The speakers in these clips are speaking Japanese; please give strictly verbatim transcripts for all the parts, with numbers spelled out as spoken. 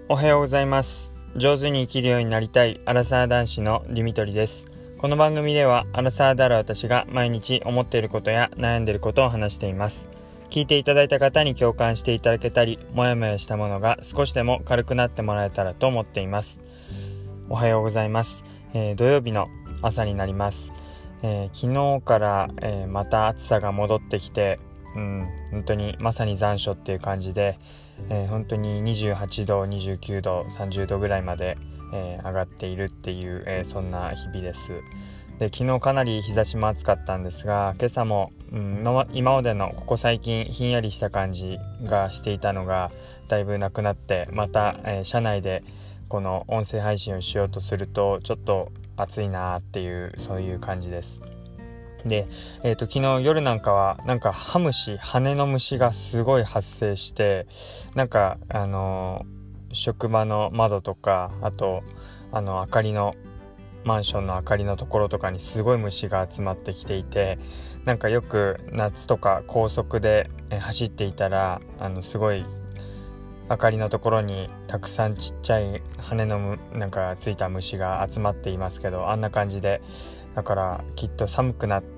おはようございます。上手に生きるようになりたいアラサー男子のディミトリです。この番組ではアラサーである私が毎日思っていることや悩んでいることを話しています。聞いていただいた方に共感していただけたり、もやもやしたものが少しでも軽くなってもらえたらと思っています。おはようございます。えー、土曜日の朝になります。えー、昨日から、えー、また暑さが戻ってきて、うん、本当にまさに残暑っていう感じで、えー、本当ににじゅうはちど、にじゅうきゅうど、さんじゅうどぐらいまで、えー、上がっているっていう、えー、そんな日々です。で、昨日かなり日差しも暑かったんですが、今朝も、うん、今, 今までのここ最近ひんやりした感じがしていたのがだいぶなくなって、また、えー、車内でこの音声配信をしようとするとちょっと暑いなっていうそういう感じです。で、えーと、昨日夜なんかはなんかハムシ、羽の虫がすごい発生して、なんかあのー、職場の窓とか、あとあの明かりのマンションの明かりのところとかにすごい虫が集まってきていて、なんかよく夏とか高速で走っていたらあのすごい明かりのところにたくさんちっちゃい羽のなんかついた虫が集まっていますけど、あんな感じで、だからきっと寒くなって、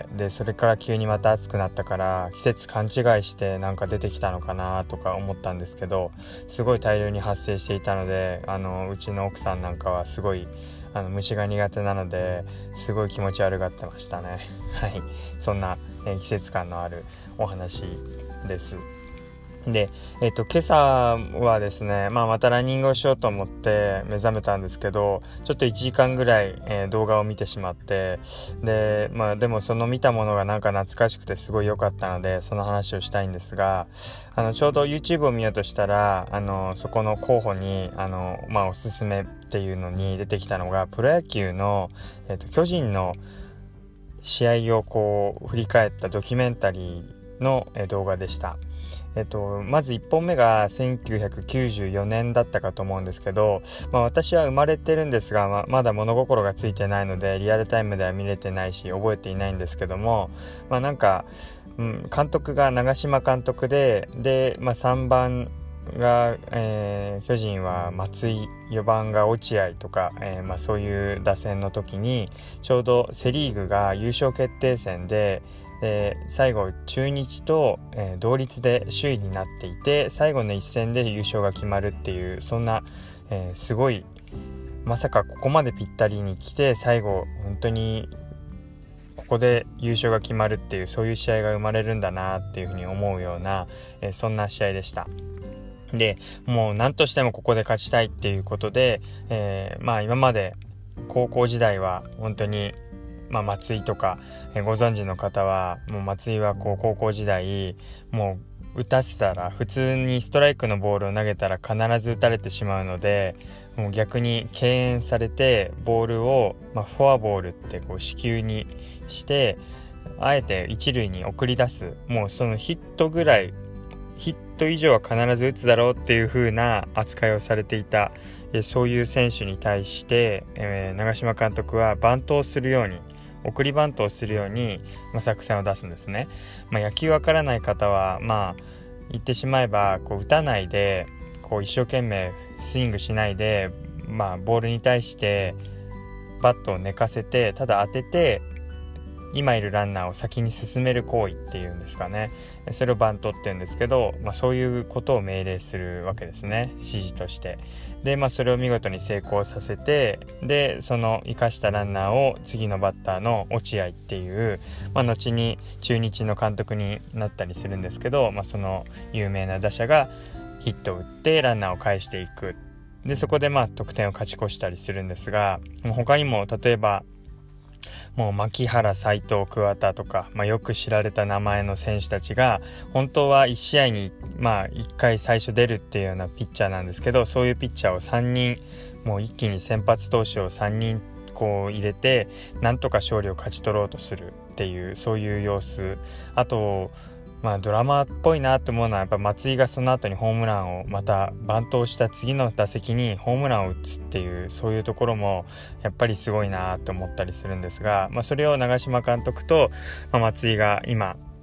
でそれから急にまた暑くなったから季節勘違いしてなんか出てきたのかなとか思ったんですけど、すごい大量に発生していたので、あのうちの奥さんなんかはすごいあの虫が苦手なのですごい気持ち悪がってましたね。はい、そんな、えー、季節感のあるお話です。で、えっと、今朝はですね、まあ、またランニングをしようと思って目覚めたんですけど、ちょっといちじかんぐらい、えー、動画を見てしまって、で、まあ、でもその見たものがなんか懐かしくてすごい良かったので、その話をしたいんですが、あの、ちょうど YouTube を見ようとしたら、あの、そこの候補に、あの、まあ、おすすめっていうのに出てきたのが、プロ野球の、えっと、巨人の試合をこう、振り返ったドキュメンタリーの、えー、動画でした。えっと、まずいっぽんめがせんきゅうひゃくきゅうじゅうよねんだったかと思うんですけど、まあ、私は生まれてるんですが、ま, まだ物心がついてないのでリアルタイムでは見れてないし覚えていないんですけども、まあ、なんか、うん、監督が長嶋監督で、で、まあ、さんばんが、えー、巨人は松井、よばんが落合とか、えーまあ、そういう打線の時にちょうどセリーグが優勝決定戦でで最後中日と、えー、同率で首位になっていて、最後の一戦で優勝が決まるっていう、そんな、えー、すごい、まさかここまでぴったりに来て最後本当にここで優勝が決まるっていう、そういう試合が生まれるんだなっていうふうに思うような、えー、そんな試合でした。で、もう何としてもここで勝ちたいっていうことで、えー、まあ今まで高校時代は本当にまあ、松井とか、えー、ご存知の方はもう松井はこう高校時代もう打たせたら普通にストライクのボールを投げたら必ず打たれてしまうので、もう逆に敬遠されてボールを、まあ、フォアボールってこう四球にしてあえて一塁に送り出す、もうそのヒットぐらいヒット以上は必ず打つだろうっていう風な扱いをされていた、そういう選手に対して、えー、長嶋監督はバントをするように、送りバントをするように、まあ、作戦を出すんですね。まあ、野球わからない方は、まあ、言ってしまえばこう打たないでこう一生懸命スイングしないで、まあ、ボールに対してバットを寝かせてただ当てて今いるランナーを先に進める行為っていうんですかね、それをバントって言うんですけど、まあ、そういうことを命令するわけですね、指示として。で、まあ、それを見事に成功させて、でその生かしたランナーを次のバッターの落合っていう、まあ、後に中日の監督になったりするんですけど、まあ、その有名な打者がヒットを打ってランナーを返していく。でそこでまあ得点を勝ち越したりするんですが、他にも例えばもう牧原、斉藤、桑田とか、まあ、よく知られた名前の選手たちが本当はいち試合に、まあ、いっかい最初出るっていうようなピッチャーなんですけど、そういうピッチャーをさんにん、もう一気に先発投手をさんにんこう入れてなんとか勝利を勝ち取ろうとするっていう、そういう様子。あとまあドラマっぽいなと思うのはやっぱ松井がその後にホームランをまたバントをした次の打席にホームランを打つっていう、そういうところもやっぱりすごいなと思ったりするんですが、まあ、それを長嶋監督と、まあ、松井が今こ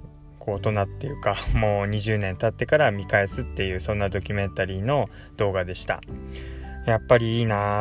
こう大人っていうかもうにじゅうねん経ってから見返すっていう、そんなドキュメンタリーの動画でした。やっぱりいいなーって、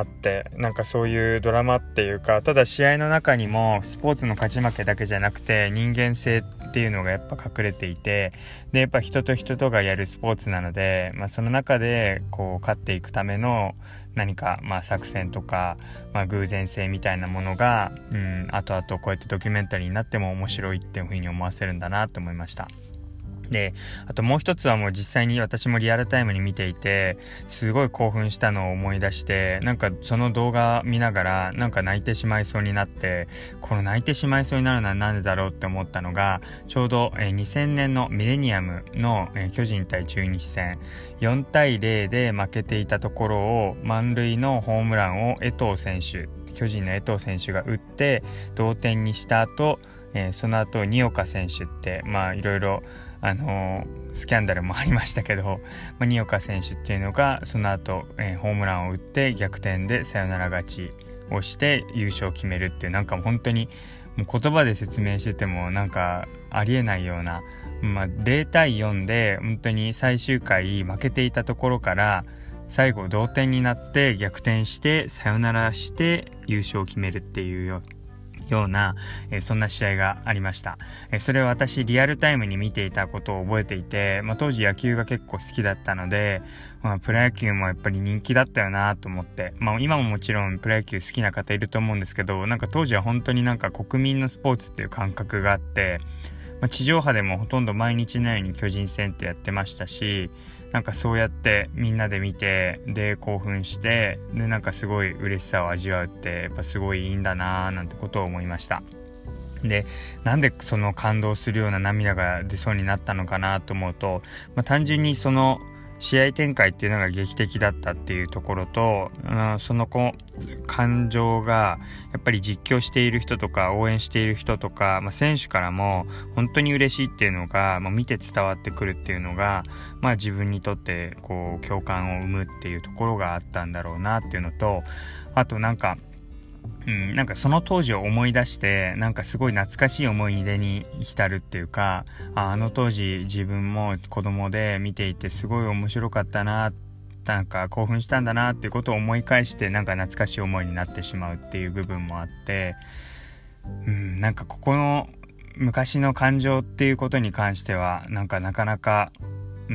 なんかそういうドラマっていうか、ただ試合の中にもスポーツの勝ち負けだけじゃなくて人間性っていうのがやっぱ隠れていて、でやっぱ人と人とがやるスポーツなので、まあ、その中でこう勝っていくための何かまあ作戦とか、まあ、偶然性みたいなものが、うん、後々こうやってドキュメンタリーになっても面白いっていうふうに思わせるんだなと思いました。で、あともう一つはもう実際に私もリアルタイムに見ていてすごい興奮したのを思い出して、なんかその動画見ながらなんか泣いてしまいそうになって、この泣いてしまいそうになるのはなんでだろうって思ったのが、ちょうどにせんねんのミレニアムの巨人対中日戦よんたいゼロで負けていたところを満塁のホームランを江藤選手、巨人の江藤選手が打って同点にした後、えー、その後新岡選手ってまあいろいろあのー、スキャンダルもありましたけど、まあ、新岡選手っていうのがその後、えー、ホームランを打って逆転でサヨナラ勝ちをして優勝を決めるっていう、なんかもう本当にもう言葉で説明しててもなんかありえないような、まあ、ゼロたいよんで本当に最終回負けていたところから最後同点になって逆転してサヨナラして優勝を決めるっていうよような、えー、そんな試合がありました。えー、それは私リアルタイムに見ていたことを覚えていて、まあ、当時野球が結構好きだったので、まあ、プロ野球もやっぱり人気だったよなと思って、まあ、今ももちろんプロ野球好きな方いると思うんですけど、なんか当時は本当になんか国民のスポーツっていう感覚があって、まあ、地上波でもほとんど毎日のように巨人戦ってやってましたし、なんかそうやってみんなで見てで興奮してでなんかすごい嬉しさを味わうってやっぱすごいいいんだなーなんてことを思いました。でなんでその感動するような涙が出そうになったのかなと思うと、まあ、単純にその試合展開っていうのが劇的だったっていうところと、うん、その子感情がやっぱり実況している人とか応援している人とか、まあ、選手からも本当に嬉しいっていうのが、まあ、見て伝わってくるっていうのが、まあ、自分にとってこう共感を生むっていうところがあったんだろうなっていうのと、あとなんかうん、なんかその当時を思い出してなんかすごい懐かしい思い出に浸るっていうか、あ、あの当時自分も子供で見ていてすごい面白かったな、なんか興奮したんだなっていうことを思い返してなんか懐かしい思いになってしまうっていう部分もあって、うん、なんかここの昔の感情っていうことに関してはなんかなかなか、うん、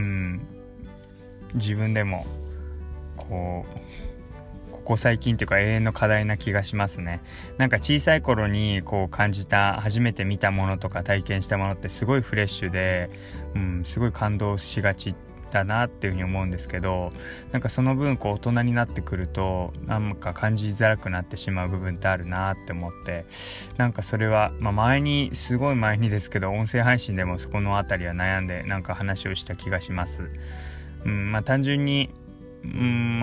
自分でもこうここ最近というか永遠の課題な気がしますね。なんか小さい頃にこう感じた初めて見たものとか体験したものってすごいフレッシュで、うん、すごい感動しがちだなっていうふうに思うんですけど、なんかその分こう大人になってくるとなんか感じづらくなってしまう部分ってあるなって思って、なんかそれは、まあ、前にすごい前にですけど音声配信でもそこのあたりは悩んでなんか話をした気がします。うんまあ、単純に、うん、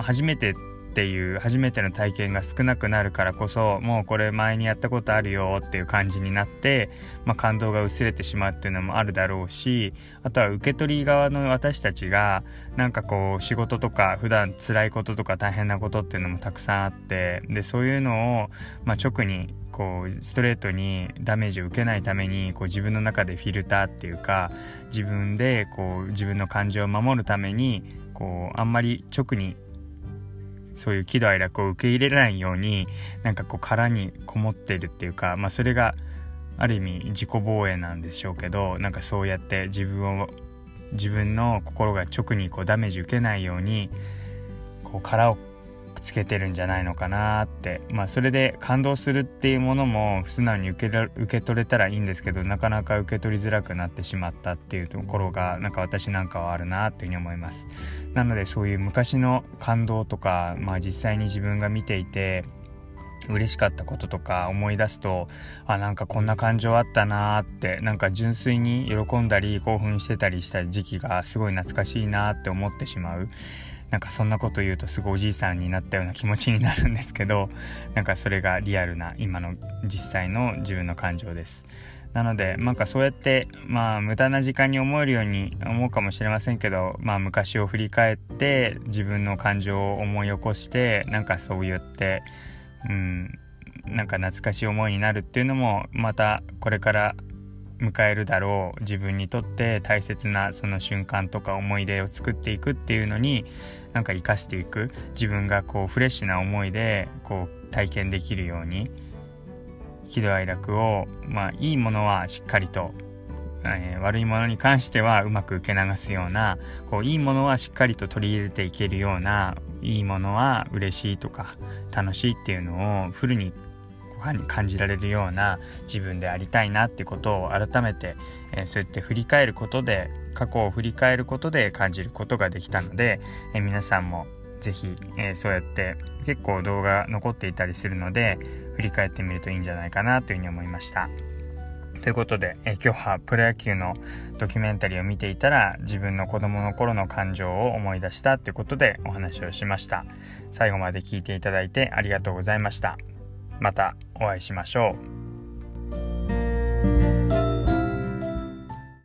初めてっていう初めての体験が少なくなるからこそ、もうこれ前にやったことあるよっていう感じになって、まあ、感動が薄れてしまうっていうのもあるだろうし、あとは受け取り側の私たちがなんかこう仕事とか普段辛いこととか大変なことっていうのもたくさんあって、でそういうのを、まあ、直にこうストレートにダメージを受けないためにこう自分の中でフィルターっていうか、自分でこう自分の感情を守るためにこうあんまり直にそういう喜怒哀楽を受け入れないようになんかこう殻にこもってるっていうか、まあそれがある意味自己防衛なんでしょうけど、なんかそうやって自分を自分の心が直にこうダメージ受けないようにこう殻をつけてるんじゃないのかなって、まあそれで感動するっていうものも素直に受けら受け取れたらいいんですけど、なかなか受け取りづらくなってしまったっていうところがなんか私なんかはあるなっていうふうに思います。なのでそういう昔の感動とか、まあ実際に自分が見ていて嬉しかったこととか思い出すと、あ、なんかこんな感情あったなーって、なんか純粋に喜んだり興奮してたりした時期がすごい懐かしいなって思ってしまう。なんかそんなこと言うとすごいおじいさんになったような気持ちになるんですけど、なんかそれがリアルな今の実際の自分の感情です。なのでなんかそうやってまあ無駄な時間に思えるように思うかもしれませんけど、まあ昔を振り返って自分の感情を思い起こしてなんかそう言ってうんなんか懐かしい思いになるっていうのもまたこれから迎えるだろう自分にとって大切なその瞬間とか思い出を作っていくっていうのになんか生かしていく、自分がこうフレッシュな思いでこう体験できるように、喜怒哀楽をまあいいものはしっかりと、えー、悪いものに関してはうまく受け流すような、こういいものはしっかりと取り入れていけるような、いいものは嬉しいとか楽しいっていうのをフルに感じられるような自分でありたいなってことを改めて、えー、そうやって振り返ることで、過去を振り返ることで感じることができたので、えー、皆さんもぜひ、えー、そうやって結構動画残っていたりするので振り返ってみるといいんじゃないかなというふうに思いました。ということで、えー、今日はプロ野球のドキュメンタリーを見ていたら自分の子供の頃の感情を思い出したということでお話をしました。最後まで聞いていただいてありがとうございました。またお会いしましょう。